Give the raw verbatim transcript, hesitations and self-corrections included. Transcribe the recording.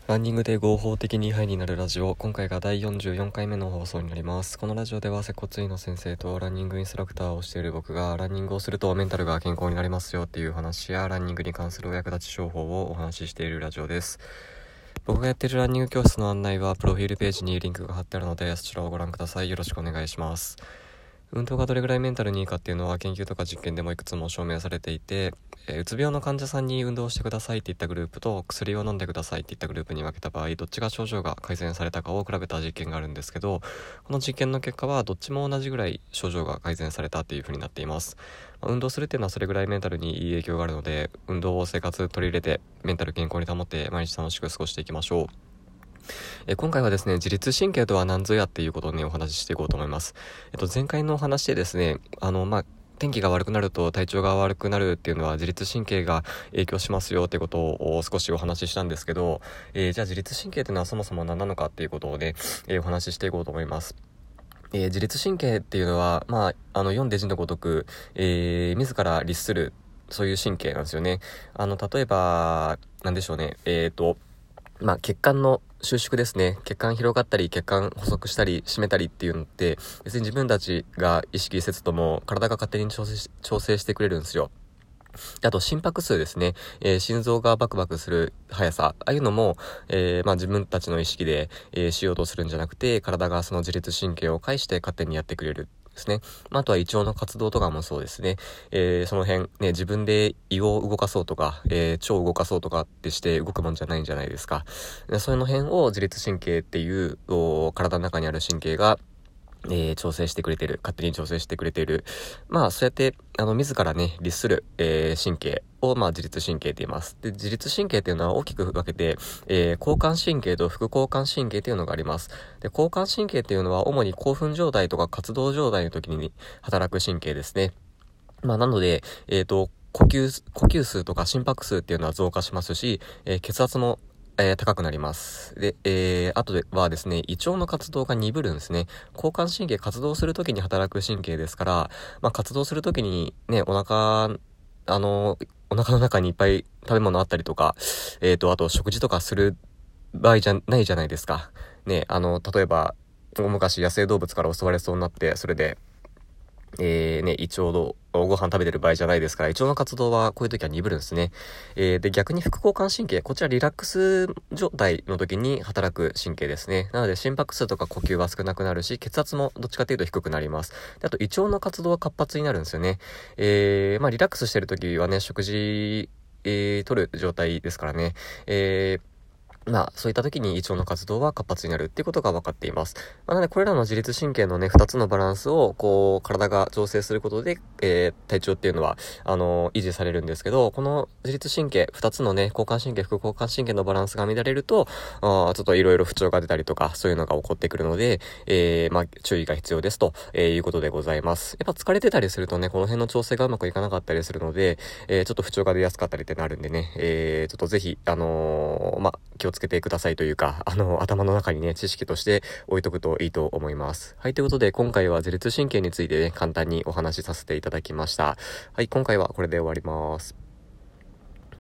ランニングで合法的にハイになるラジオ。今回がだいよんじゅうよんかいめの放送になります。このラジオでは接骨院の先生とランニングインストラクターをしている僕がランニングをするとメンタルが健康になりますよっていう話やランニングに関するお役立ち情報をお話ししているラジオです。僕がやっているランニング教室の案内はプロフィールページにリンクが貼ってあるのでそちらをご覧ください。よろしくお願いします。運動がどれぐらいメンタルにいいかっていうのは研究とか実験でもいくつも証明されていて、えー、うつ病の患者さんに運動してくださいって言ったグループと薬を飲んでくださいって言ったグループに分けた場合、どっちが症状が改善されたかを比べた実験があるんですけど、この実験の結果はどっちも同じぐらい症状が改善されたっていう風になっています。まあ、運動するっていうのはそれぐらいメンタルにいい影響があるので、運動を生活取り入れてメンタル健康に保って毎日楽しく過ごしていきましょう。え今回はですね、自律神経とは何ぞやっていうことをね、お話ししていこうと思います。えっと、前回のお話でですね、あの、まあ、天気が悪くなると体調が悪くなるっていうのは自律神経が影響しますよっていうことを少しお話ししたんですけど、えー、じゃあ自律神経っていうのはそもそも何なのかっていうことをね、えー、お話ししていこうと思います。えー、自律神経っていうのは、まあ、あの、読んで字のごとく、えー、自ら律する、そういう神経なんですよね。あの、例えば、なんでしょうね、えーと、まあ、血管の収縮ですね。血管広がったり、血管細くしたり、締めたりっていうのって、別に自分たちが意識せずとも、体が勝手に調整し、調整してくれるんですよ。あと、心拍数ですね。えー、心臓がバクバクする速さ。ああいうのも、えー、まあ自分たちの意識で、えー、しようとするんじゃなくて、体がその自律神経を介して勝手にやってくれる。ですね。まあ、あとは胃腸の活動とかもそうですね。えー、その辺ね、自分で胃を動かそうとか、えー、腸を動かそうとかってして動くもんじゃないんじゃないですか。その辺を自律神経っていう体の中にある神経がえー、調整してくれてる。勝手に調整してくれている。まあ、そうやって、あの、自らね、律する、えー、神経を、まあ、自律神経って言います。で、自律神経っていうのは大きく分けて、えー、交感神経と副交感神経っていうのがあります。で、交感神経っていうのは、主に興奮状態とか活動状態の時に働く神経ですね。まあ、なので、えっと、呼吸、呼吸数とか心拍数っていうのは増加しますし、えー、血圧もえー、高くなります。で、えー、あとではですね、胃腸の活動が鈍るんですね。交感神経活動するときに働く神経ですから、まあ、活動するときにね、お腹、あの、お腹の中にいっぱい食べ物あったりとか、えーと、あと食事とかする場合じゃないじゃないですか。ね、あの、例えば、大昔野生動物から襲われそうになって、それで、えー、ね、胃腸のご飯食べてる場合じゃないですから、胃腸の活動はこういう時は鈍るんですね。えー、で、逆に副交感神経、こちらリラックス状態の時に働く神経ですね。なので心拍数とか呼吸は少なくなるし、血圧もどっちかというと低くなります。で、あと胃腸の活動は活発になるんですよね。えー、まあリラックスしてる時はね、食事、えー、取る状態ですからね。えーまあ、そういった時に胃腸の活動は活発になるっていうことが分かっています。まあ、なので、これらの自律神経のね、二つのバランスを、こう、体が調整することで、えー、体調っていうのは、あのー、維持されるんですけど、この自律神経、二つのね、交感神経、副交感神経のバランスが乱れると、あちょっといろいろ不調が出たりとか、そういうのが起こってくるので、えー、まあ、注意が必要ですと、えー、いうことでございます。やっぱ疲れてたりするとね、この辺の調整がうまくいかなかったりするので、えー、ちょっと不調が出やすかったりってなるんでね、えー、ちょっとぜひ、あのー、まあ、気をつけてくださいというか、あの、頭の中にね、知識として置いとくといいと思います。はい、ということで、今回は自律神経についてね、簡単にお話しさせていただきました。はい、今回はこれで終わります。